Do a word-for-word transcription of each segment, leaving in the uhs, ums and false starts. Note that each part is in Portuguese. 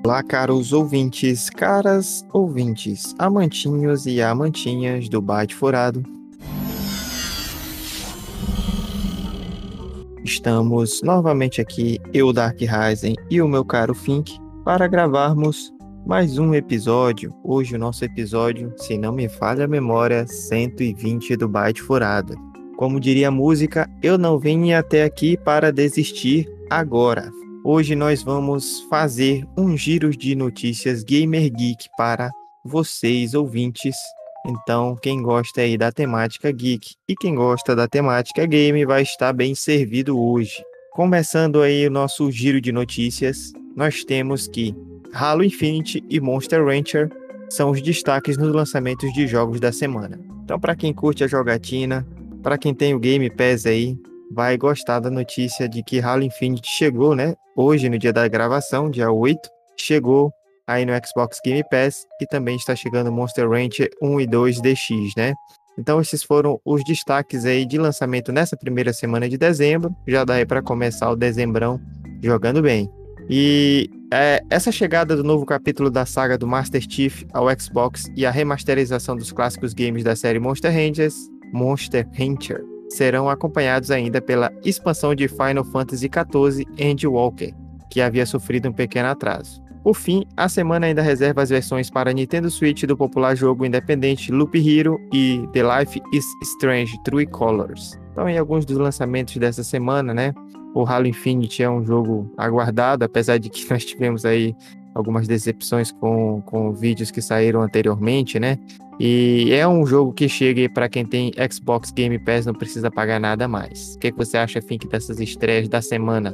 Olá, caros ouvintes, caras ouvintes, amantinhos e amantinhas do Bate Furado. Estamos novamente aqui, eu, Dark Rising e o meu caro Fink, para gravarmos mais um episódio. Hoje o nosso episódio, se não me falha a memória, cento e vinte do Bate Furado. Como diria a música, eu não vim até aqui para desistir agora. Hoje nós vamos fazer um giro de notícias Gamer Geek para vocês, ouvintes. Então, quem gosta aí da temática geek e quem gosta da temática game vai estar bem servido hoje. Começando aí o nosso giro de notícias, nós temos que Halo Infinite e Monster Rancher são os destaques nos lançamentos de jogos da semana. Então, para quem curte a jogatina, para quem tem o Game Pass aí, vai gostar da notícia de que Halo Infinite chegou, né? Hoje, no dia da gravação, dia oito, chegou aí no Xbox Game Pass e também está chegando Monster Rancher um e dois D X, né? Então, esses foram os destaques aí de lançamento nessa primeira semana de dezembro. Já dá aí para começar o dezembrão jogando bem. E é, essa chegada do novo capítulo da saga do Master Chief ao Xbox e a remasterização dos clássicos games da série Monster Rangers, Monster Rancher, serão acompanhados ainda pela expansão de Final Fantasy quatorze Endwalker, que havia sofrido um pequeno atraso. Por fim, a semana ainda reserva as versões para Nintendo Switch do popular jogo independente Loop Hero e The Life is Strange True Colors. Então, em alguns dos lançamentos dessa semana, né? O Halo Infinite é um jogo aguardado, apesar de que nós tivemos aí algumas decepções com, com vídeos que saíram anteriormente, né? E é um jogo que chega para quem tem Xbox Game Pass, não precisa pagar nada mais. O que, é que você acha, Fink, dessas estreias da semana?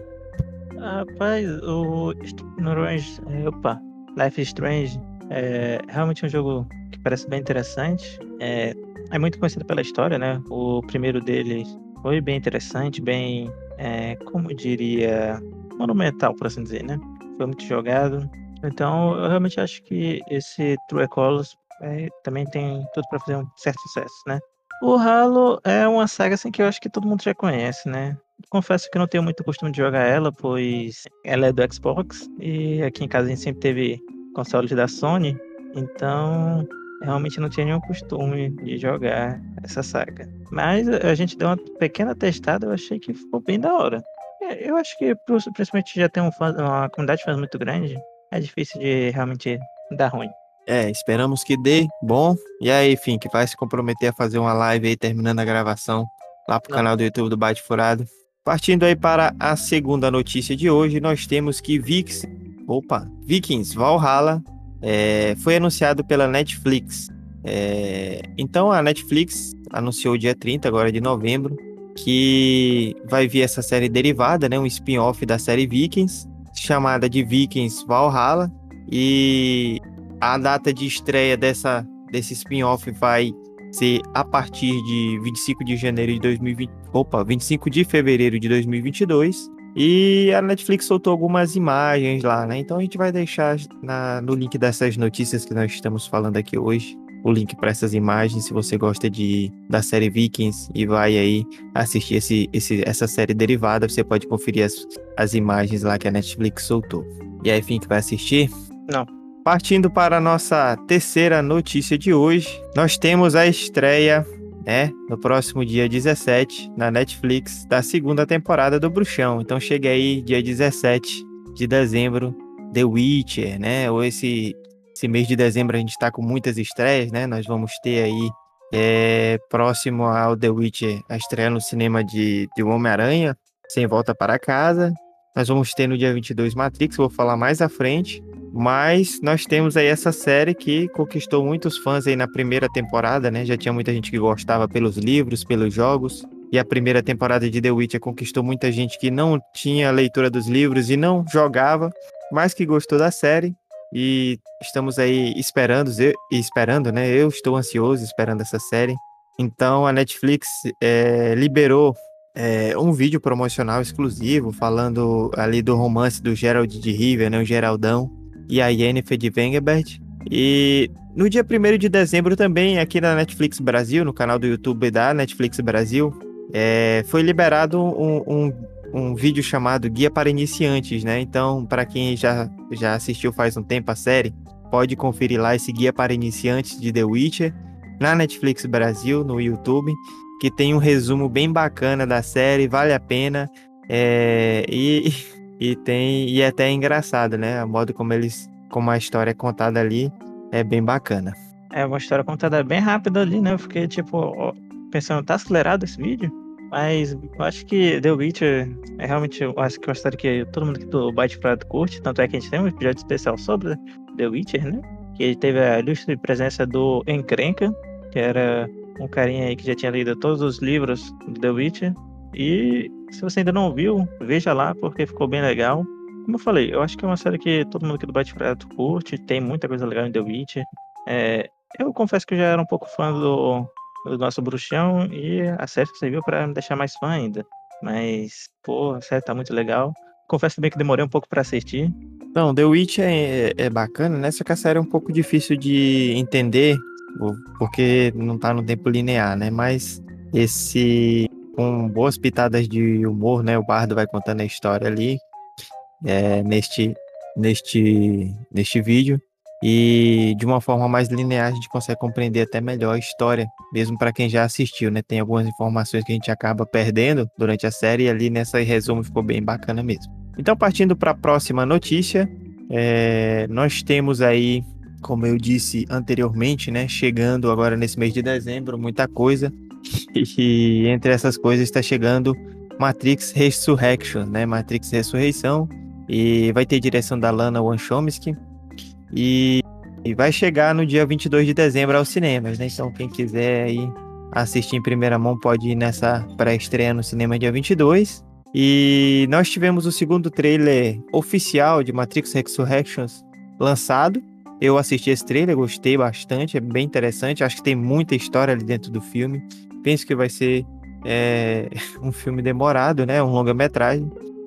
Rapaz, o Strange, é, opa, Life is Strange é realmente um jogo que parece bem interessante. É, é muito conhecido pela história, né? O primeiro dele foi bem interessante, bem, é, como eu diria, monumental, por assim dizer, né? Foi muito jogado. Então, eu realmente acho que esse True Colors é, também tem tudo para fazer um certo sucesso, né? O Halo é uma saga assim que eu acho que todo mundo já conhece, né? Confesso que eu não tenho muito costume de jogar ela, pois ela é do Xbox e aqui em casa a gente sempre teve consoles da Sony, então realmente não tinha nenhum costume de jogar essa saga. Mas a gente deu uma pequena testada, eu achei que ficou bem da hora. Eu acho que principalmente já tem um fã, uma comunidade de fãs muito grande, é difícil de realmente dar ruim. É, esperamos que dê bom. E aí, Fink, vai se comprometer a fazer uma live aí terminando a gravação lá pro Não. canal do YouTube do Bate Furado. Partindo aí para a segunda notícia de hoje, nós temos que Vix... Opa, Vikings Valhalla é, foi anunciado pela Netflix. É, então a Netflix anunciou dia trinta agora de novembro que vai vir essa série derivada, né, um spin-off da série Vikings, chamada de Vikings Valhalla, e a data de estreia dessa, desse spin-off vai ser a partir de vinte e cinco de janeiro de dois mil e vinte, opa, vinte e cinco de fevereiro de dois mil e vinte e dois, e a Netflix soltou algumas imagens lá, né? Então a gente vai deixar na, no link dessas notícias que nós estamos falando aqui hoje, o link para essas imagens, se você gosta de, da série Vikings e vai aí assistir esse, esse, essa série derivada, você pode conferir as, as imagens lá que a Netflix soltou. E aí, Fink, vai assistir? Não. Partindo para a nossa terceira notícia de hoje, nós temos a estreia, né, no próximo dia dezessete, na Netflix, da segunda temporada do Bruxão. Então chega aí, dia dezessete de dezembro, The Witcher, né? Ou esse, esse mês de dezembro a gente está com muitas estreias, né? Nós vamos ter aí, é, próximo ao The Witcher, a estreia no cinema de, de Homem-Aranha, Sem Volta para Casa. Nós vamos ter no dia vinte e dois Matrix, vou falar mais à frente. Mas nós temos aí essa série que conquistou muitos fãs aí na primeira temporada, né? Já tinha muita gente que gostava pelos livros, pelos jogos. E a primeira temporada de The Witcher conquistou muita gente que não tinha leitura dos livros e não jogava, mas que gostou da série. E estamos aí esperando, eu, esperando, né? Eu estou ansioso esperando essa série. Então a Netflix é, liberou é, um vídeo promocional exclusivo falando ali do romance do Geralt de Rivia, né? O Geraldão e a Yennefer de Wengerberg. E no dia primeiro de dezembro também, aqui na Netflix Brasil, no canal do YouTube da Netflix Brasil, é, foi liberado um, um um vídeo chamado Guia para Iniciantes, né? Então, para quem já, já assistiu faz um tempo a série, pode conferir lá esse Guia para Iniciantes de The Witcher, na Netflix Brasil, no YouTube, que tem um resumo bem bacana da série, vale a pena, é, e, e tem e é até engraçado, né? O modo como eles, como a história é contada ali é bem bacana. É uma história contada bem rápida ali, né? Eu fiquei, tipo, ó, pensando, tá acelerado esse vídeo? Mas eu acho que The Witcher é realmente, eu acho que é uma história que todo mundo que do Byte Prado curte, tanto é que a gente tem um episódio especial sobre The Witcher, né? Que teve a ilustre presença do Encrenca, que era um carinha aí que já tinha lido todos os livros do The Witcher. E se você ainda não viu, veja lá, porque ficou bem legal. Como eu falei, eu acho que é uma série que todo mundo aqui do Byte Prado curte, tem muita coisa legal em The Witcher. É, eu confesso que eu já era um pouco fã do, do nosso bruxão e a série serviu pra me deixar mais fã ainda. Mas, pô, a série tá muito legal. Confesso também que demorei um pouco pra assistir. Então, The Witch é, é bacana, né? Só que a série é um pouco difícil de entender, o- porque não tá no tempo linear, né? Mas esse, com boas pitadas de humor, né? O Bardo vai contando a história ali, é, neste, neste, neste vídeo. E de uma forma mais linear, a gente consegue compreender até melhor a história, mesmo para quem já assistiu, né? Tem algumas informações que a gente acaba perdendo durante a série, e ali nessa resumo ficou bem bacana mesmo. Então, partindo para a próxima notícia, é, nós temos aí, como eu disse anteriormente, né? Chegando agora nesse mês de dezembro, muita coisa. E entre essas coisas está chegando Matrix Resurrection, né? Matrix Ressurreição. E vai ter direção da Lana Wachowski. E, e vai chegar no dia vinte e dois de dezembro aos cinemas, né? Então, quem quiser aí assistir em primeira mão pode ir nessa pré-estreia no cinema dia vinte e dois. E nós tivemos o segundo trailer oficial de Matrix Resurrections lançado. Eu assisti esse trailer, gostei bastante, é bem interessante. Acho que tem muita história ali dentro do filme. Penso que vai ser é, um filme demorado, né? Um longa-metragem.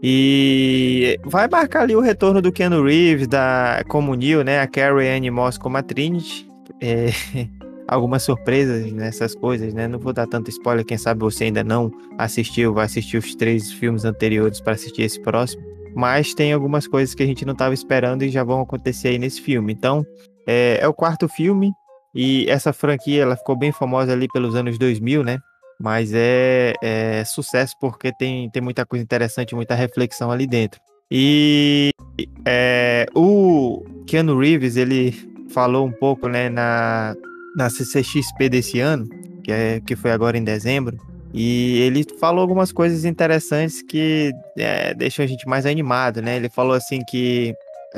E vai marcar ali o retorno do Keanu Reeves, da, como Neo, né? A Carrie Ann Moss como a Trinity. É, algumas surpresas nessas coisas, né? Não vou dar tanto spoiler, quem sabe você ainda não assistiu, vai assistir os três filmes anteriores para assistir esse próximo. Mas tem algumas coisas que a gente não estava esperando e já vão acontecer aí nesse filme. Então, é, é o quarto filme e essa franquia ela ficou bem famosa ali pelos anos dois mil, né? Mas é, é sucesso porque tem, tem muita coisa interessante, muita reflexão ali dentro. E é, o Keanu Reeves, ele falou um pouco, né, na, na C C X P desse ano, que, é, que foi agora em dezembro, e ele falou algumas coisas interessantes que é, deixam a gente mais animado, né? Ele falou assim que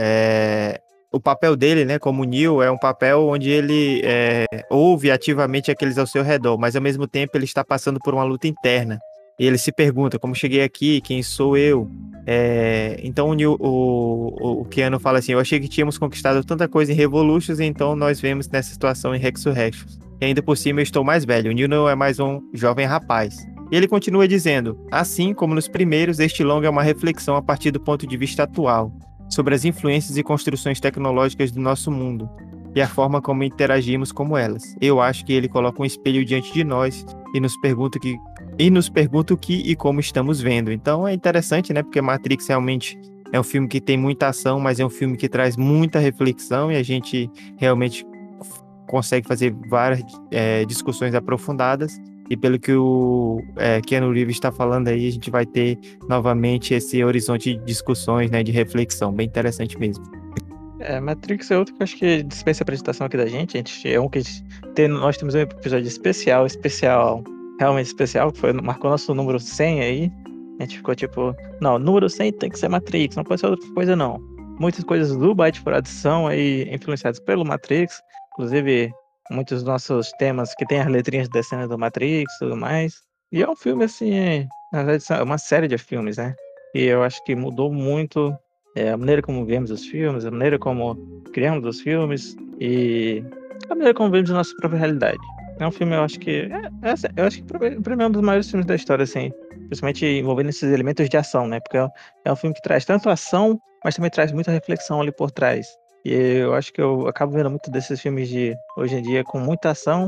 é, o papel dele, né, como Neo, é um papel onde ele é, ouve ativamente aqueles ao seu redor, mas ao mesmo tempo ele está passando por uma luta interna. E ele se pergunta, como cheguei aqui, quem sou eu? É, então o, Neo, o, o Keanu fala assim, eu achei que tínhamos conquistado tanta coisa em Revolutions, então nós vemos nessa situação em Resurrections. E ainda por cima eu estou mais velho, o Neo não é mais um jovem rapaz. E ele continua dizendo, assim como nos primeiros, este longa é uma reflexão a partir do ponto de vista atual, sobre as influências e construções tecnológicas do nosso mundo e a forma como interagimos com elas. Eu acho que ele coloca um espelho diante de nós e nos pergunta que e nos pergunta o que e como estamos vendo. Então é interessante, né? Porque Matrix realmente é um filme que tem muita ação, mas é um filme que traz muita reflexão e a gente realmente consegue fazer várias é, discussões aprofundadas. E pelo que o é, Keanu Reeves está falando aí, a gente vai ter novamente esse horizonte de discussões, né, de reflexão. Bem interessante mesmo. É, Matrix é outro que eu acho que dispensa a apresentação aqui da gente. A gente é um que a gente tem, nós temos um episódio especial, especial, realmente especial, que foi, marcou nosso número cem aí. A gente ficou tipo, não, número cem tem que ser Matrix, não pode ser outra coisa não. Muitas coisas do Byte Furado são aí influenciadas pelo Matrix, inclusive muitos dos nossos temas que tem as letrinhas descendo do Matrix e tudo mais. E é um filme assim, na verdade é uma série de filmes, né? E eu acho que mudou muito é, a maneira como vemos os filmes, a maneira como criamos os filmes e a maneira como vemos a nossa própria realidade. É um filme, eu acho que. É, é, assim, eu acho que pra mim é um dos maiores filmes da história, assim. Principalmente envolvendo esses elementos de ação, né? Porque é, é um filme que traz tanto ação, mas também traz muita reflexão ali por trás. E eu acho que eu acabo vendo muito desses filmes de hoje em dia com muita ação,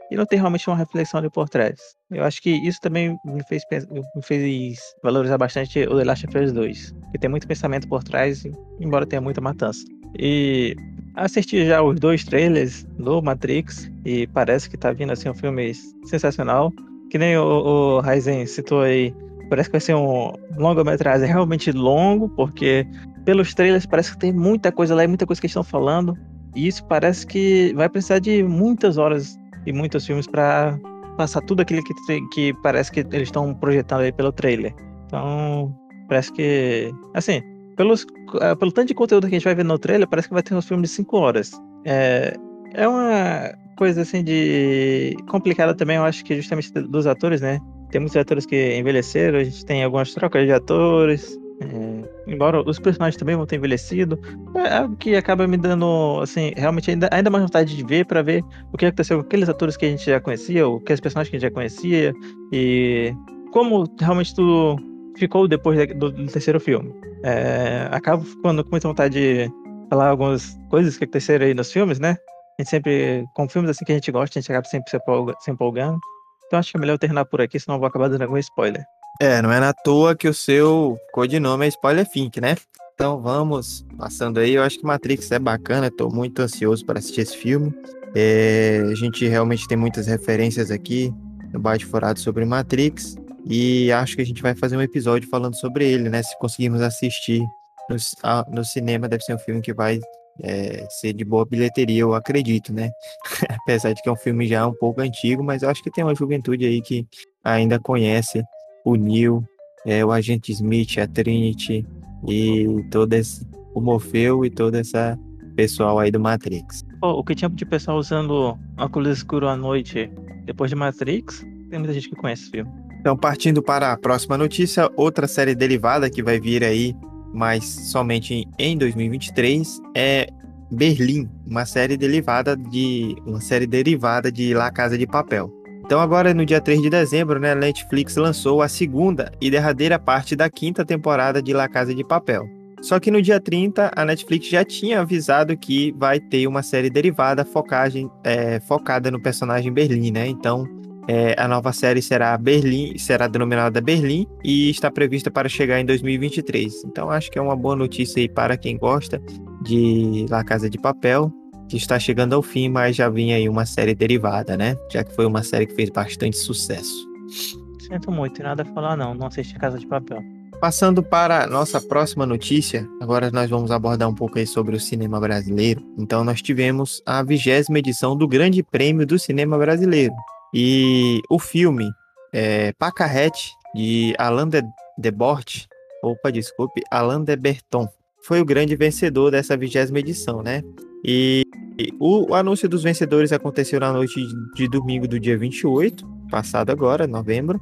e não tem realmente uma reflexão ali por trás. Eu acho que isso também me fez, pens- me fez valorizar bastante o The Last of Us dois, que tem muito pensamento por trás, embora tenha muita matança. E assisti já os dois trailers do Matrix e parece que tá vindo assim um filme sensacional. Que nem o, o Ryzen citou aí, parece que vai ser um longa-metragem realmente longo, porque pelos trailers parece que tem muita coisa lá e muita coisa que eles estão falando. E isso parece que vai precisar de muitas horas e muitos filmes para passar tudo aquilo que, que parece que eles estão projetando aí pelo trailer. Então, parece que, assim, pelos, uh, pelo tanto de conteúdo que a gente vai ver no trailer, parece que vai ter uns filmes de cinco horas. É, é uma coisa assim de complicada também, eu acho que justamente dos atores, né? Tem muitos atores que envelheceram, a gente tem algumas trocas de atores. É, embora os personagens também vão ter envelhecido, é algo que acaba me dando, assim, realmente ainda, ainda mais vontade de ver para ver o que aconteceu com aqueles atores que a gente já conhecia, ou aqueles personagens que a gente já conhecia, e como realmente tudo ficou depois da- do, do terceiro filme. É, acabo ficando com muita vontade de falar algumas coisas que aconteceram aí nos filmes, né? A gente sempre, com filmes assim que a gente gosta, a gente acaba sempre se empolga- se empolgando. Então acho que é melhor eu terminar por aqui, senão eu vou acabar dando algum spoiler. É, não é à toa que o seu codinome é Spoiler Fink, né? Então vamos passando aí. Eu acho que Matrix é bacana, estou muito ansioso para assistir esse filme. É, a gente realmente tem muitas referências aqui no Bate Furado sobre Matrix e acho que a gente vai fazer um episódio falando sobre ele, né? Se conseguirmos assistir no, c- ah, no cinema, deve ser um filme que vai é, ser de boa bilheteria, eu acredito, né? Apesar de que é um filme já um pouco antigo, mas eu acho que tem uma juventude aí que ainda conhece o Neo, é, o Agente Smith, a Trinity e todo esse, o Morfeu e todo essa pessoal aí do Matrix. Pô, o que tinha de pessoal usando óculos escuros à noite depois de Matrix, tem muita gente que conhece esse filme. Então, partindo para a próxima notícia, outra série derivada que vai vir aí, mas somente em dois mil e vinte e três, é Berlim, uma série derivada de uma série derivada de La Casa de Papel. Então, agora no dia três de dezembro, né, a Netflix lançou a segunda e derradeira parte da quinta temporada de La Casa de Papel. Só que no dia trinta, a Netflix já tinha avisado que vai ter uma série derivada focagem, é, focada no personagem Berlim, né? Então, é, a nova série será Berlim, será denominada Berlim e está prevista para chegar em dois mil e vinte e três. Então, acho que é uma boa notícia aí para quem gosta de La Casa de Papel, que está chegando ao fim, mas já vinha aí uma série derivada, né? Já que foi uma série que fez bastante sucesso. Sinto muito, tem nada a falar não, não assisti Casa de Papel. Passando para a nossa próxima notícia, agora nós vamos abordar um pouco aí sobre o cinema brasileiro. Então, nós tivemos a vigésima edição do Grande Prêmio do Cinema Brasileiro. E o filme é Pacarrete, de Alain de Debord, opa, desculpe, Alain de Berton, foi o grande vencedor dessa vigésima edição, né? E o, o anúncio dos vencedores aconteceu na noite de, de domingo do dia vinte e oito, passado agora, novembro.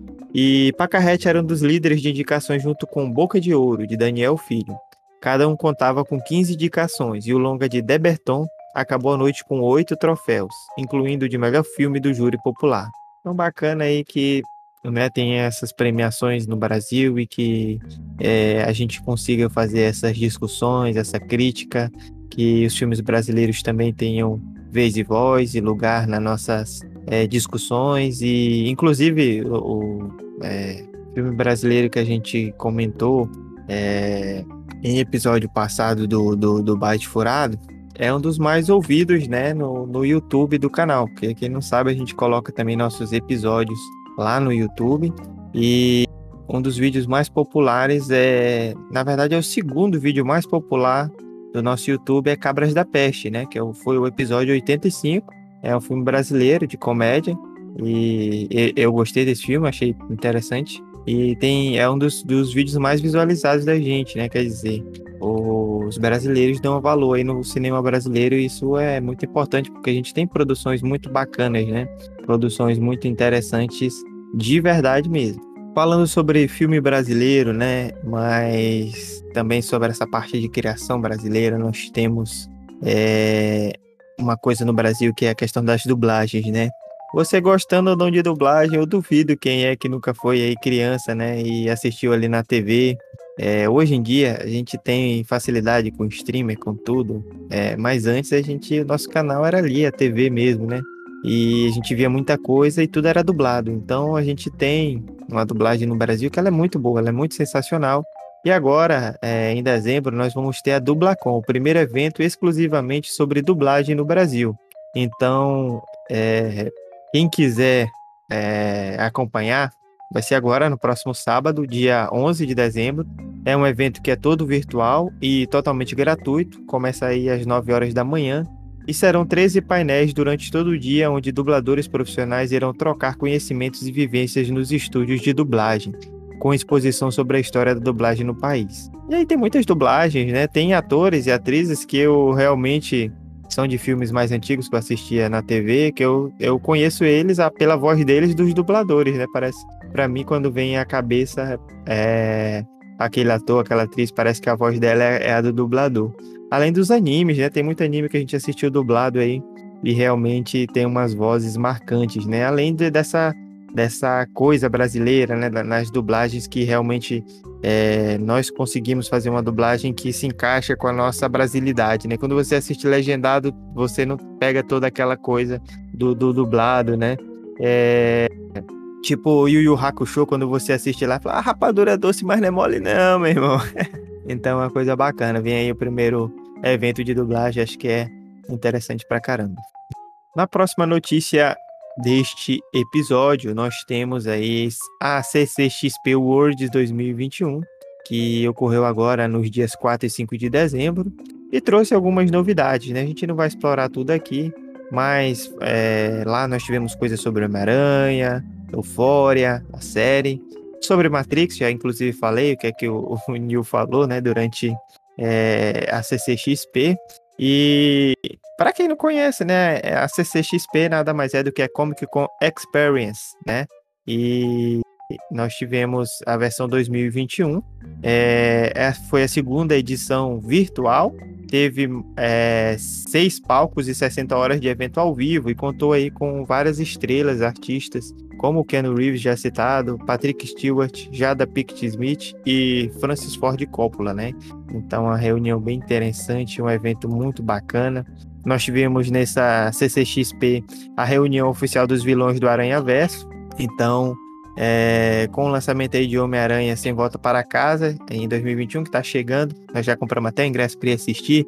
E Pacarrete era um dos líderes de indicações junto com Boca de Ouro, de Daniel Filho. Cada um contava com quinze indicações e o longa de Deberton acabou a noite com oito troféus, incluindo o de melhor filme do júri popular. Então bacana aí que, né, tem essas premiações no Brasil e que é, a gente consiga fazer essas discussões, essa crítica, que os filmes brasileiros também tenham vez e voz e lugar nas nossas é, discussões e, inclusive, o, o é, filme brasileiro que a gente comentou é, em episódio passado do, do, do Bate Furado é um dos mais ouvidos, né, no, no YouTube do canal, porque quem não sabe a gente coloca também nossos episódios lá no YouTube e um dos vídeos mais populares é, na verdade, é o segundo vídeo mais popular do nosso YouTube é Cabras da Peste, né, que é o- foi o episódio oitenta e cinco. É um filme brasileiro de comédia e, e- eu gostei desse filme, achei interessante. E tem, é um dos, dos vídeos mais visualizados da gente, né? Quer dizer, os brasileiros dão valor aí no cinema brasileiro e isso é muito importante porque a gente tem produções muito bacanas, né? Produções muito interessantes de verdade mesmo. Falando sobre filme brasileiro, né? Mas também sobre essa parte de criação brasileira, nós temos é, uma coisa no Brasil que é a questão das dublagens, né? Você gostando ou não de dublagem, eu duvido quem é que nunca foi aí criança, né? E assistiu ali na T V. É, hoje em dia a gente tem facilidade com streamer, com tudo. É, mas antes a gente, o nosso canal era ali, a T V mesmo, né? e a gente via muita coisa e tudo era dublado. Então a gente tem uma dublagem no Brasil que ela é muito boa, ela é muito sensacional. E agora, é, em dezembro, nós vamos ter a Dublacon, o primeiro evento exclusivamente sobre dublagem no Brasil. Então, é, quem quiser é, acompanhar, vai ser agora no próximo sábado, dia onze de dezembro. É um evento que é todo virtual e totalmente gratuito. Começa aí às nove horas da manhã. E serão treze painéis durante todo o dia, onde dubladores profissionais irão trocar conhecimentos e vivências nos estúdios de dublagem, com exposição sobre a história da dublagem no país. E aí tem muitas dublagens, né? Tem atores e atrizes que eu realmente são de filmes mais antigos que eu assistia na T V, que eu, eu conheço eles a, pela voz deles dos dubladores, né? Parece, pra mim, quando vem à cabeça é, aquele ator, aquela atriz, parece que a voz dela é, é a do dublador. Além dos animes, né? Tem muito anime que a gente assistiu dublado aí e realmente tem umas vozes marcantes, né? Além de, dessa dessa coisa brasileira, né, nas dublagens que realmente é, nós conseguimos fazer uma dublagem que se encaixa com a nossa brasilidade, né? Quando você assiste legendado, você não pega toda aquela coisa do, do dublado, né? É, tipo Yu Yu Hakusho, quando você assiste lá, fala, ah, rapadura é doce, mas não é mole não, meu irmão. Então é uma coisa bacana. Vem aí o primeiro evento de dublagem, acho que é interessante pra caramba. Na próxima notícia deste episódio, nós temos aí a C C X P Worlds dois mil e vinte e um, que ocorreu agora nos dias quatro e cinco de dezembro, e trouxe algumas novidades, né? A gente não vai explorar tudo aqui, mas é, lá nós tivemos coisas sobre Homem-Aranha, Euphoria, a série, sobre Matrix, já inclusive falei o que é que o, o Neil falou, né, durante é, a C C X P. E para quem não conhece, né, a C C X P nada mais é do que a Comic Con Experience, né? E nós tivemos a versão dois mil e vinte e um, é, foi a segunda edição virtual, teve é, seis palcos e sessenta horas de evento ao vivo e contou aí com várias estrelas, artistas, como o Keanu Reeves já citado, Patrick Stewart, Jada Pinkett Smith e Francis Ford Coppola, né? Então, uma reunião bem interessante, um evento muito bacana. Nós tivemos nessa C C X P a reunião oficial dos vilões do Aranhaverso. Então, é, com o lançamento aí de Homem-Aranha Sem Volta para Casa, em dois mil e vinte e um, que está chegando, nós já compramos até ingresso para ir assistir,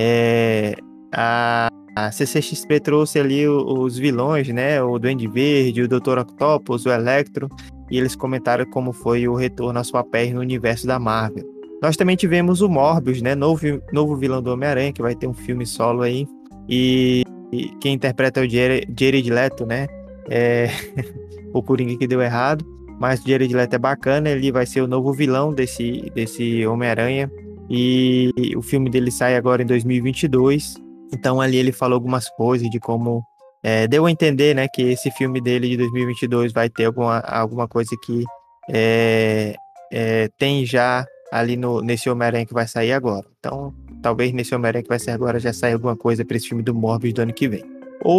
é, a, a C C X P trouxe ali os vilões, né? O Duende Verde, o doutor Octopus, o Electro, e eles comentaram como foi o retorno aos papéis no universo da Marvel. Nós também tivemos o Morbius, né? Novo, novo vilão do Homem-Aranha, que vai ter um filme solo aí. E, e quem interpreta é o Jared Leto, né? É... o Coringa que deu errado. Mas o Jared Leto é bacana, ele vai ser o novo vilão desse, desse Homem-Aranha. E o filme dele sai agora em dois mil e vinte e dois. Então ali ele falou algumas coisas de como... É, deu a entender, né, que esse filme dele de dois mil e vinte e dois vai ter alguma, alguma coisa que é, é, tem já ali no, nesse Homem-Aranha que vai sair agora. Então, talvez nesse Homem-Aranha que vai sair agora já saia alguma coisa para esse filme do Morbius do ano que vem.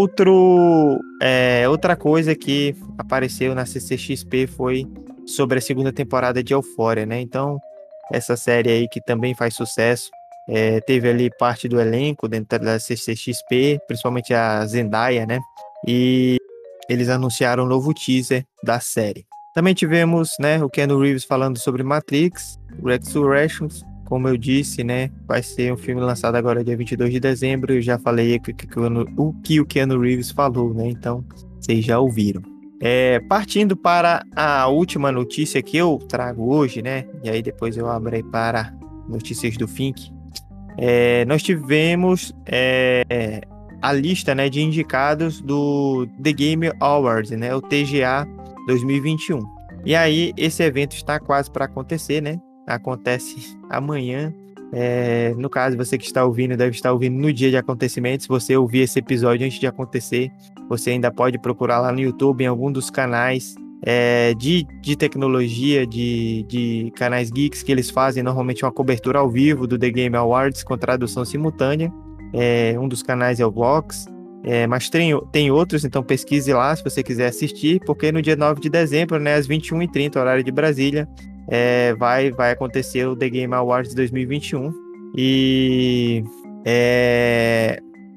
Outro, é, outra coisa que apareceu na C C X P foi sobre a segunda temporada de Euphoria, né? Então, essa série aí que também faz sucesso, é, teve ali parte do elenco dentro da C C X P, principalmente a Zendaya, né? E eles anunciaram um novo teaser da série. Também tivemos, né, o Keanu Reeves falando sobre Matrix, Resurrections, como eu disse, né, vai ser um filme lançado agora dia vinte e dois de dezembro, eu já falei o que, o que o Keanu Reeves falou, né, então vocês já ouviram. É, partindo para a última notícia que eu trago hoje, né, e aí depois eu abro aí para notícias do Fink, é, nós tivemos é, a lista, né, de indicados do The Game Awards, né, o T G A dois mil e vinte e um. E aí, esse evento está quase para acontecer, né? Acontece amanhã. É, no caso, você que está ouvindo, deve estar ouvindo no dia de acontecimento. Se você ouvir esse episódio antes de acontecer, você ainda pode procurar lá no YouTube, em algum dos canais é, de, de tecnologia, de, de canais geeks, que eles fazem normalmente uma cobertura ao vivo do The Game Awards com tradução simultânea. É, um dos canais é o Vox. É, mas tem, tem outros, então pesquise lá se você quiser assistir, porque no dia nove de dezembro, né, às vinte e uma e trinta, horário de Brasília, é, vai, vai acontecer o The Game Awards dois mil e vinte e um. E é,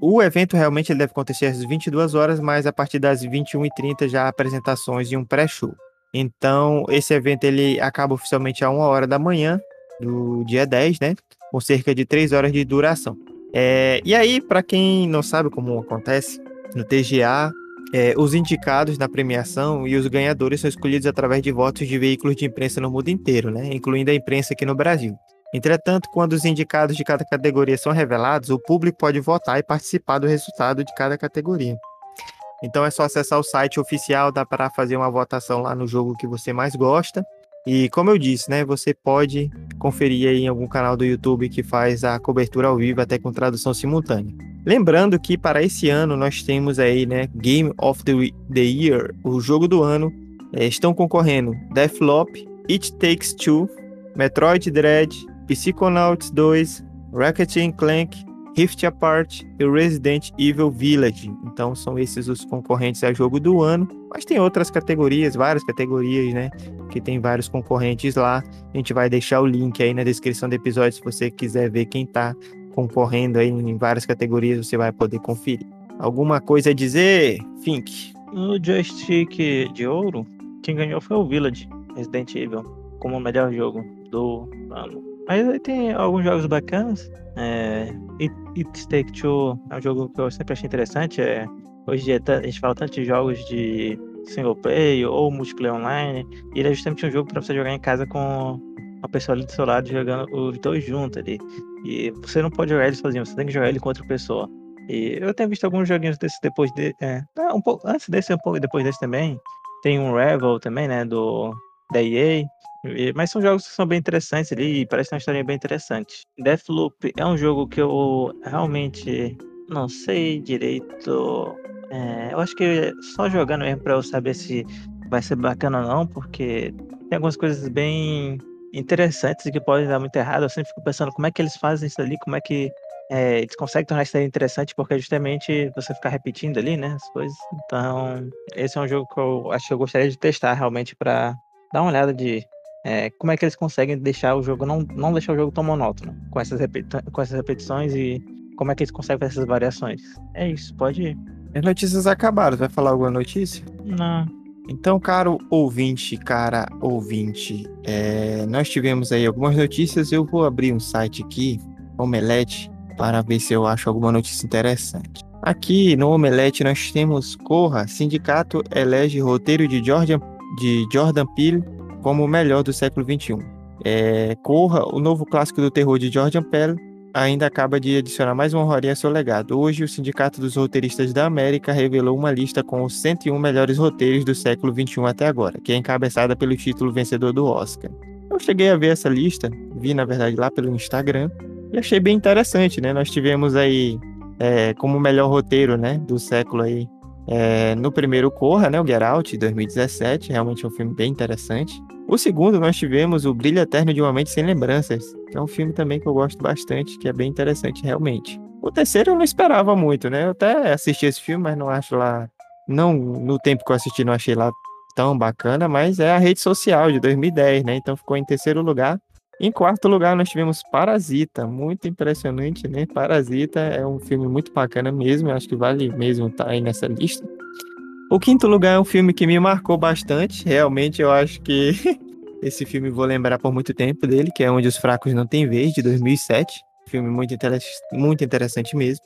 o evento realmente ele deve acontecer às vinte e duas horas, mas a partir das vinte e uma e trinta já há apresentações e um pré-show. Então, esse evento ele acaba oficialmente a uma hora da manhã do dia dez, né? Com cerca de três horas de duração. É, e aí, para quem não sabe como acontece, no T G A, é, os indicados na premiação e os ganhadores são escolhidos através de votos de veículos de imprensa no mundo inteiro, né? Incluindo a imprensa aqui no Brasil. Entretanto, quando os indicados de cada categoria são revelados, o público pode votar e participar do resultado de cada categoria. Então é só acessar o site oficial, dá para fazer uma votação lá no jogo que você mais gosta. E como eu disse, né, você pode conferir aí em algum canal do YouTube que faz a cobertura ao vivo até com tradução simultânea. Lembrando que para esse ano nós temos aí, né, Game of the, the Year, o jogo do ano. É, estão concorrendo Deathloop, It Takes Two, Metroid Dread, Psychonauts dois, Ratchet and Clank, Rift Apart e Resident Evil Village. Então são esses os concorrentes a jogo do ano, mas tem outras categorias, várias categorias, né, que tem vários concorrentes lá. A gente vai deixar o link aí na descrição do episódio se você quiser ver quem tá concorrendo aí em várias categorias, você vai poder conferir. Alguma coisa a dizer, Fink? No joystick de ouro, quem ganhou foi o Village, Resident Evil, como o melhor jogo do ano. Mas aí tem alguns jogos bacanas. É, It, It Take Two é um jogo que eu sempre achei interessante. É, hoje em dia a gente fala tanto de jogos de single player ou multiplayer online, e ele é justamente um jogo para você jogar em casa com uma pessoa ali do seu lado jogando os dois juntos ali. E você não pode jogar ele sozinho, você tem que jogar ele com outra pessoa. E eu tenho visto alguns joguinhos desses depois de, é, um pouco antes desse, um pouco depois desse também. Tem um Revel também, né, do da E A. E- Mas são jogos que são bem interessantes ali e parece ter uma história bem interessante. Deathloop é um jogo que eu realmente não sei direito. É, eu acho que só jogando mesmo pra eu saber se vai ser bacana ou não, porque tem algumas coisas bem interessantes e que podem dar muito errado. Eu sempre fico pensando como é que eles fazem isso ali, como é que é, eles conseguem tornar isso aí interessante, porque é justamente você ficar repetindo ali, né, as coisas. Então, esse é um jogo que eu acho que eu gostaria de testar realmente pra dar uma olhada de é, como é que eles conseguem deixar o jogo, não, não deixar o jogo tão monótono, com essas, repeti- com essas repetições e como é que eles conseguem fazer essas variações. É isso, pode ir. As notícias acabaram, vai falar alguma notícia? Não. Então, caro ouvinte, cara ouvinte, é, nós tivemos aí algumas notícias. Eu vou abrir um site aqui, Omelete, para ver se eu acho alguma notícia interessante. Aqui no Omelete nós temos Corra, sindicato elege roteiro de Jordan, de Jordan Peele como o melhor do século vinte e um. É, Corra, o novo clássico do terror de Jordan Peele, ainda acaba de adicionar mais uma horinha ao seu legado. Hoje, o Sindicato dos Roteiristas da América revelou uma lista com os cento e um melhores roteiros do século vinte e um até agora, que é encabeçada pelo título vencedor do Oscar. Eu cheguei a ver essa lista, vi na verdade lá pelo Instagram, e achei bem interessante, né? Nós tivemos aí é, como melhor roteiro, né, do século aí, é, no primeiro Corra, né, o Get Out, de dois mil e dezessete, realmente é um filme bem interessante. O segundo, nós tivemos O Brilho Eterno de uma Mente Sem Lembranças, que é um filme também que eu gosto bastante, que é bem interessante realmente. O terceiro eu não esperava muito, né? Eu até assisti esse filme, mas não acho lá... Não, no tempo que eu assisti, não achei lá tão bacana, mas é A Rede Social, de dois mil e dez, né? Então ficou em terceiro lugar. Em quarto lugar, nós tivemos Parasita, muito impressionante, né? Parasita é um filme muito bacana mesmo, eu acho que vale mesmo estar aí nessa lista. O quinto lugar é um filme que me marcou bastante. Realmente, eu acho que esse filme vou lembrar por muito tempo dele, que é Onde os Fracos Não Têm Vez, de dois mil e sete. Filme muito, inter... muito interessante mesmo.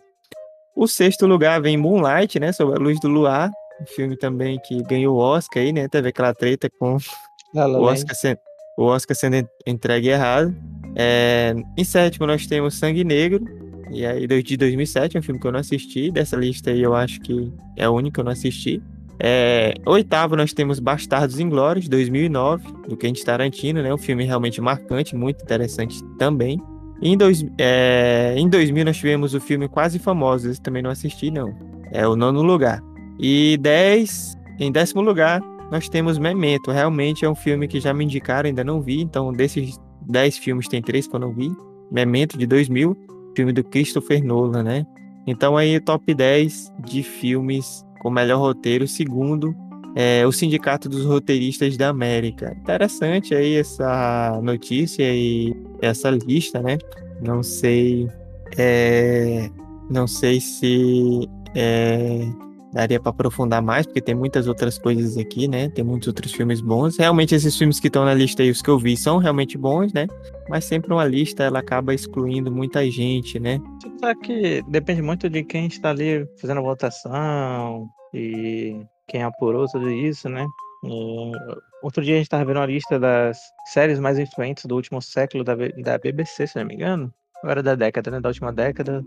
O sexto lugar vem Moonlight, né? Sobre a Luz do Luar. Um filme também que ganhou o Oscar aí, né? Teve aquela treta com La La o Land. Oscar, sen... o Oscar sendo en- entregue errado. É... Em sétimo, nós temos Sangue Negro. E aí, de dois mil e sete, é um filme que eu não assisti. Dessa lista aí, eu acho que é o único que eu não assisti. É, oitavo, nós temos Bastardos Inglórios, dois mil e nove, do Quentin Tarantino, né? Um filme realmente marcante, muito interessante também. Em, dois, é, em dois mil, nós tivemos o filme Quase Famosos, esse também não assisti, não. É o nono lugar. E dez, em décimo lugar, nós temos Memento. Realmente é um filme que já me indicaram, ainda não vi. Então, desses dez filmes, tem três que eu não vi. Memento, de dois mil, filme do Christopher Nolan, né? Então, aí, top dez de filmes com melhor roteiro, segundo é, o Sindicato dos Roteiristas da América. Interessante aí essa notícia e essa lista, né? Não sei é, Não sei se é, daria para aprofundar mais, porque tem muitas outras coisas aqui, né? Tem muitos outros filmes bons. Realmente, esses filmes que estão na lista aí, os que eu vi, são realmente bons, né? Mas sempre uma lista, ela acaba excluindo muita gente, né? Só que depende muito de quem está ali fazendo a votação e quem apurou tudo isso, né? E outro dia a gente estava vendo uma lista das séries mais influentes do último século da, B- da B B C, se não me engano. Agora da década, né? Da última década.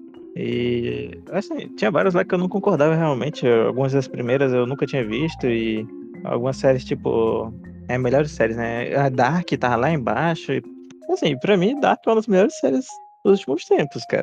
E assim, tinha várias lá que eu não concordava realmente. Algumas das primeiras eu nunca tinha visto e algumas séries, tipo, é melhores séries, né? A Dark tava lá embaixo. E, assim, pra mim, Dark é uma das melhores séries dos últimos tempos, cara.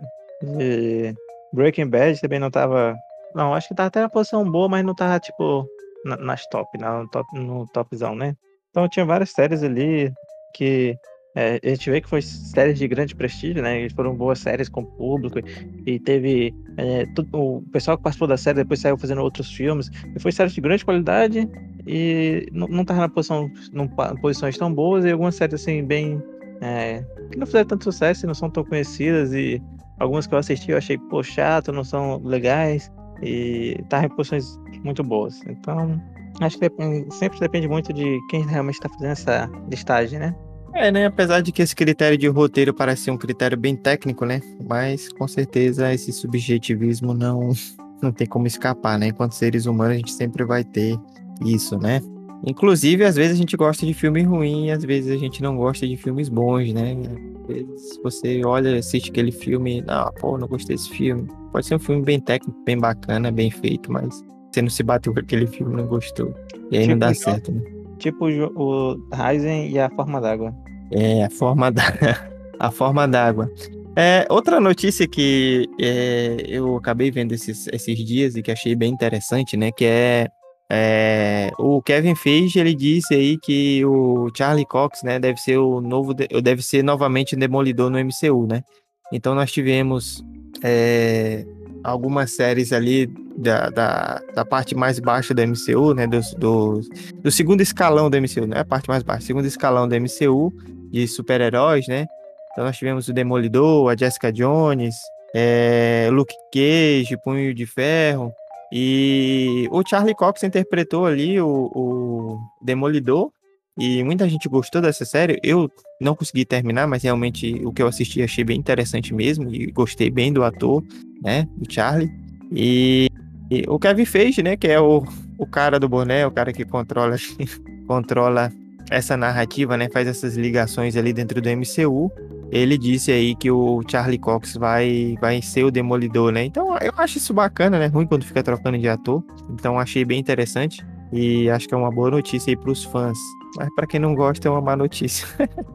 E Breaking Bad também não tava. Não, acho que tava até na posição boa, mas não tava, tipo, na- nas top, na- no top, no topzão, né? Então tinha várias séries ali que é, a gente vê que foi séries de grande prestígio, né? E foram boas séries com o público. E teve. É, tudo- o pessoal que participou da série depois saiu fazendo outros filmes. E foi séries de grande qualidade e não, não tava na posição, num pa- posições tão boas. E algumas séries, assim, bem. É, que não fizeram tanto sucesso e não são tão conhecidas. E algumas que eu assisti eu achei, pô, chato, não são legais. E tá em posições muito boas. Então, acho que depende- sempre depende muito de quem realmente está fazendo essa listagem, né? É, né? Apesar de que esse critério de roteiro parece ser um critério bem técnico, né? Mas com certeza esse subjetivismo não, não tem como escapar, né? Enquanto seres humanos a gente sempre vai ter isso, né? Inclusive, às vezes a gente gosta de filme ruim, às vezes a gente não gosta de filmes bons, né? Às vezes você olha, assiste aquele filme, não, pô, não gostei desse filme. Pode ser um filme bem técnico, bem bacana, bem feito, mas você não se bateu com aquele filme, não gostou. E aí não Tipo, dá o jo- certo, né? tipo o jo- o Ryzen e a Forma d'Água. É, a forma da... a forma d'água. É, outra notícia que é, eu acabei vendo esses, esses dias e que achei bem interessante, né? Que é, é, o Kevin Feige, ele disse aí que o Charlie Cox, né? Deve ser o novo, de- deve ser novamente Demolidor no M C U, né? Então nós tivemos é, algumas séries ali da, da, da parte mais baixa do M C U, né? Dos, dos, do segundo escalão do M C U, não é a parte mais baixa, segundo escalão do M C U de super-heróis, né? Então nós tivemos o Demolidor, a Jessica Jones, é, Luke Cage, Punho de Ferro. E o Charlie Cox interpretou ali o, o Demolidor. E muita gente gostou dessa série. Eu não consegui terminar, mas realmente o que eu assisti achei bem interessante mesmo. E gostei bem do ator, né? Do Charlie. E, e o Kevin Feige, né? Que é o, o cara do boné, o cara que controla, controla essa narrativa, né? Faz essas ligações ali dentro do M C U. Ele disse aí que o Charlie Cox vai, vai ser o Demolidor, né? Então eu acho isso bacana, né? Ruim quando fica trocando de ator. Então achei bem interessante. E acho que é uma boa notícia aí pros fãs. Mas para quem não gosta, é uma má notícia.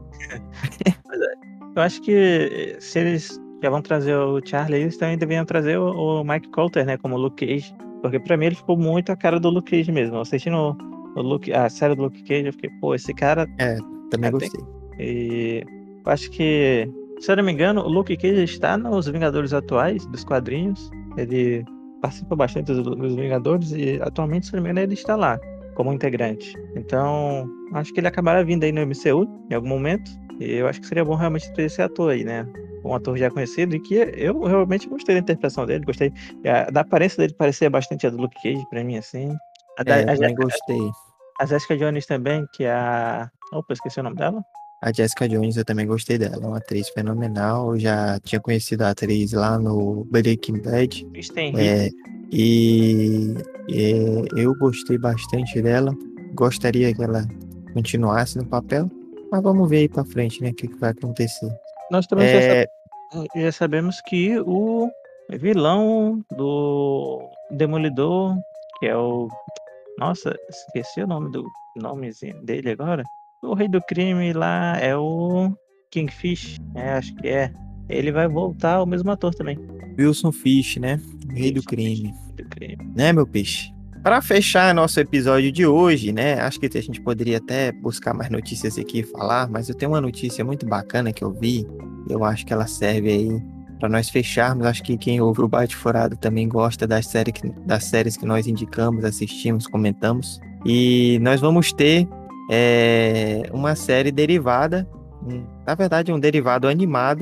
Pois é. Eu acho que se eles já vão trazer o Charlie, eles também deveriam trazer o, o Mike Coulter, né? Como Luke Cage. Porque pra mim ele ficou muito a cara do Luke Cage mesmo. Assistindo o, o Luke, a série do Luke Cage, eu fiquei, pô, esse cara, É, também cara tem. gostei. E eu acho que, se eu não me engano, o Luke Cage está nos Vingadores atuais, dos quadrinhos. Ele participa bastante dos, dos Vingadores e atualmente, se eu não me engano, ele está lá como integrante. Então, acho que ele acabará vindo aí no M C U em algum momento. E eu acho que seria bom realmente ter esse ator aí, né? Um ator já conhecido e que eu realmente gostei da interpretação dele, gostei eh, da aparência dele, parecia bastante a do Luke Cage pra mim, assim. A, da, É, a, Je- também gostei. a Jessica Jones também, que é a. Opa, esqueci o nome dela. A Jessica Jones, eu também gostei dela. É uma atriz fenomenal. Eu já tinha conhecido a atriz lá no Breaking Bad. Kristen É, Ritter. e é, eu gostei bastante dela. Gostaria que ela continuasse no papel. Mas vamos ver aí pra frente, né? O que, que vai acontecer. Nós também já, sab- É, já sabemos que o vilão do Demolidor, que é o. Nossa, esqueci o nome do nomezinho dele agora. O rei do crime lá é o Kingfish, é, acho que é. Ele vai voltar, o mesmo ator também. Wilson Fisk, né? O rei do Wilson Fisk, crime. rei do crime. Né, meu peixe? Para fechar nosso episódio de hoje, né? Acho que a gente poderia até buscar mais notícias aqui e falar, mas eu tenho uma notícia muito bacana que eu vi. Eu acho que ela serve aí para nós fecharmos. Acho que quem ouve o Bate Furado também gosta das, série que- das séries que nós indicamos, assistimos, comentamos. E nós vamos ter é, uma série derivada, um- na verdade, um derivado animado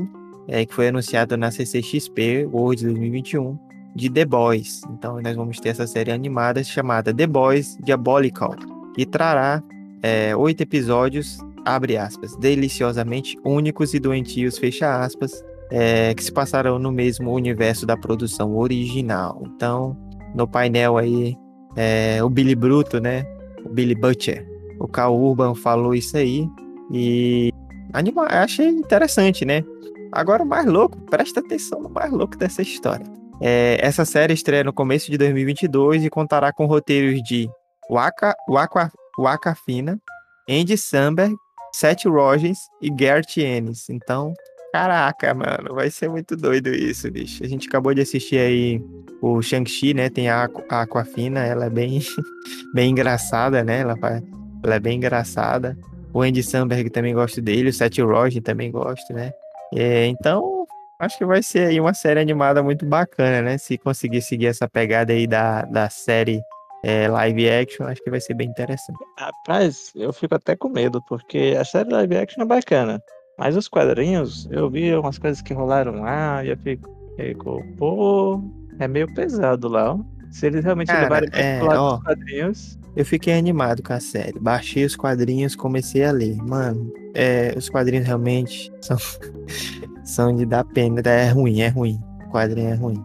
é, que foi anunciada na C C X P World dois mil e vinte e um, de The Boys. Então nós vamos ter essa série animada chamada The Boys Diabolical, que trará é, oito episódios, abre aspas, deliciosamente únicos e doentios, fecha aspas, é, que se passarão no mesmo universo da produção original. Então, no painel aí, é, o Billy Bruto, né? O Billy Butcher, o Karl Urban falou isso aí e anima... achei interessante, né? Agora o mais louco, presta atenção no mais louco dessa história. É, essa série estreia no começo de dois mil e vinte e dois e contará com roteiros de Waka, Waka, Waka Fina, Andy Samberg, Seth Rogen e Gareth Ennis. Então, caraca, mano, vai ser muito doido isso, bicho. A gente acabou de assistir aí o Shang-Chi, né? Tem a, Aqu- a Aquafina, ela é bem, bem engraçada, né? Ela, faz- ela é bem engraçada. O Andy Samberg também gosto dele, o Seth Rogen também gosto, né? É, então, acho que vai ser aí uma série animada muito bacana, né? Se conseguir seguir essa pegada aí da, da série é, live action, acho que vai ser bem interessante. Rapaz, eu fico até com medo, porque a série live action é bacana. Mas os quadrinhos, eu vi umas coisas que rolaram lá e eu fico, fico, pô, é meio pesado lá, ó. Se eles realmente Cara, levarem mais pro é, lado dos ó, quadrinhos, eu fiquei animado com a série. Baixei os quadrinhos, comecei a ler. Mano, é, os quadrinhos realmente são, são de dar pena. É ruim, é ruim. O quadrinho é ruim.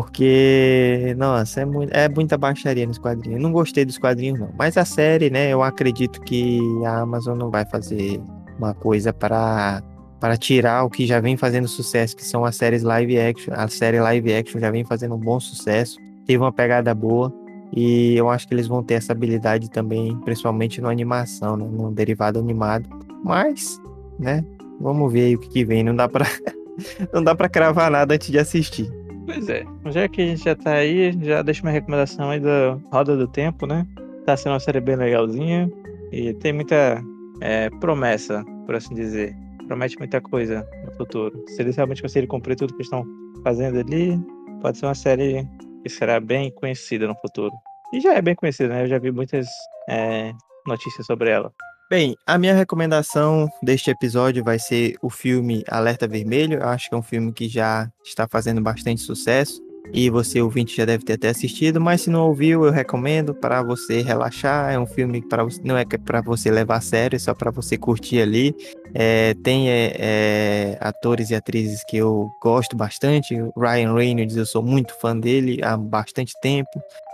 Porque, nossa, é, muito, é muita baixaria nos quadrinhos. Eu não gostei dos quadrinhos, não. Mas a série, né, eu acredito que a Amazon não vai fazer uma coisa para para tirar o que já vem fazendo sucesso, que são as séries live action. A série live action já vem fazendo um bom sucesso. Teve uma pegada boa. E eu acho que eles vão ter essa habilidade também, principalmente na animação, né? No derivado animado. Mas, né? Vamos ver aí o que, que vem. Não dá pra, não dá pra cravar nada antes de assistir. pois é. Já que a gente já tá aí, já deixa uma recomendação aí da Roda do Tempo, né? Tá sendo uma série bem legalzinha e tem muita é, promessa, por assim dizer. Promete muita coisa no futuro. Se eles realmente conseguirem cumprir tudo que estão fazendo ali, pode ser uma série que será bem conhecida no futuro. E já é bem conhecida, né? Eu já vi muitas é, notícias sobre ela. Bem, a minha recomendação deste episódio vai ser o filme Alerta Vermelho. Eu acho que é um filme que já está fazendo bastante sucesso e você, ouvinte, já deve ter até assistido, mas se não ouviu, eu recomendo para você relaxar. É um filme para você, não é para você levar a sério, é só para você curtir ali. É, tem é, é, atores e atrizes que eu gosto bastante. O Ryan Reynolds, eu sou muito fã dele há bastante tempo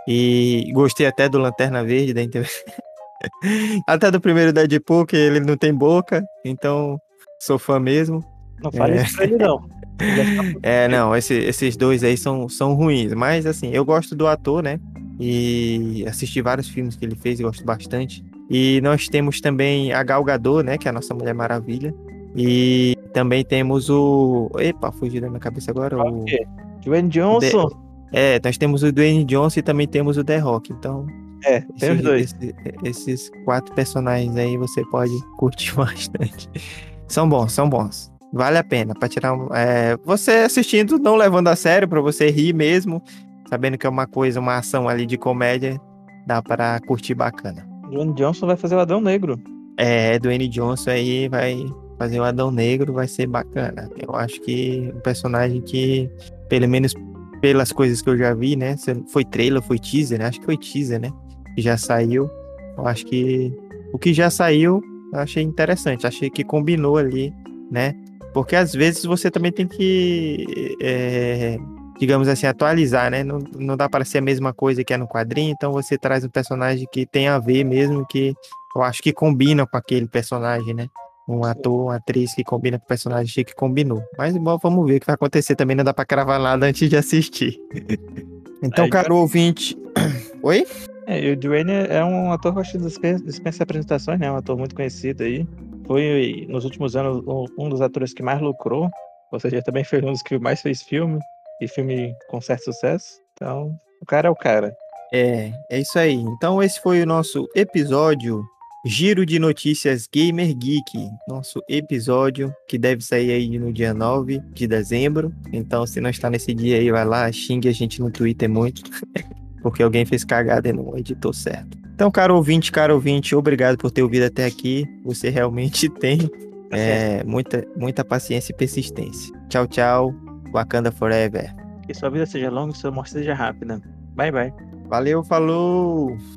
e gostei até do Lanterna Verde da até do primeiro Deadpool, que ele não tem boca, então sou fã mesmo. Não fale É, isso pra ele, não. Ele está por é aí. não, esse- esses dois aí são, são ruins, mas assim, eu gosto do ator, né? E assisti vários filmes que ele fez e gosto bastante. E nós temos também a Gal Gadot, né? Que é a nossa Mulher Maravilha. E também temos o. Epa, fugiu da minha cabeça agora. Fala o O... quê? Dwayne o The- Johnson? É, nós temos o Dwayne Johnson e também temos o The Rock. Então, É, tem os Esse- dois. esse- esses quatro personagens aí você pode curtir bastante. São bons, são bons. Vale a pena para tirar um, é, você assistindo, não levando a sério, para você rir mesmo, sabendo que é uma coisa, uma ação ali de comédia, dá para curtir bacana. Dwayne Johnson vai fazer o Adão Negro. É, Dwayne Johnson aí vai fazer o Adão Negro, vai ser bacana. Eu acho que um personagem que, pelo menos pelas coisas que eu já vi, né? se- Foi trailer, foi teaser, né? Acho que foi teaser, né? Que já saiu. Eu acho que o que já saiu, eu achei interessante. Achei que combinou ali, né? Porque às vezes você também tem que, é, digamos assim, atualizar, né? Não, não dá para ser a mesma coisa que é no quadrinho, então você traz um personagem que tem a ver mesmo, que eu acho que combina com aquele personagem, né? Um ator, uma atriz que combina com o personagem, achei que combinou. Mas bom, vamos ver o que vai acontecer também, não dá pra cravar nada antes de assistir. Então, Aí, caro ouvinte. Oi? é, e o Dwayne é um ator que eu acho que dispensa, dispensa apresentações, né? Um ator muito conhecido aí. Foi, nos últimos anos, um um dos atores que mais lucrou. Ou seja, também foi um dos que mais fez filme. E filme com certo sucesso. Então, o cara é o cara. É, é isso aí. Então, esse foi o nosso episódio Giro de Notícias Gamer Geek. Nosso episódio que deve sair aí no dia nove de dezembro. Então, se não está nesse dia aí, vai lá, xingue a gente no Twitter muito. Porque alguém fez cagada e não editou certo. Então, caro ouvinte, caro ouvinte, obrigado por ter ouvido até aqui. Você realmente tem Paciência. É, muita, muita paciência e persistência. Tchau, tchau. Wakanda Forever. Que sua vida seja longa e sua morte seja rápida. Bye, bye. Valeu, falou!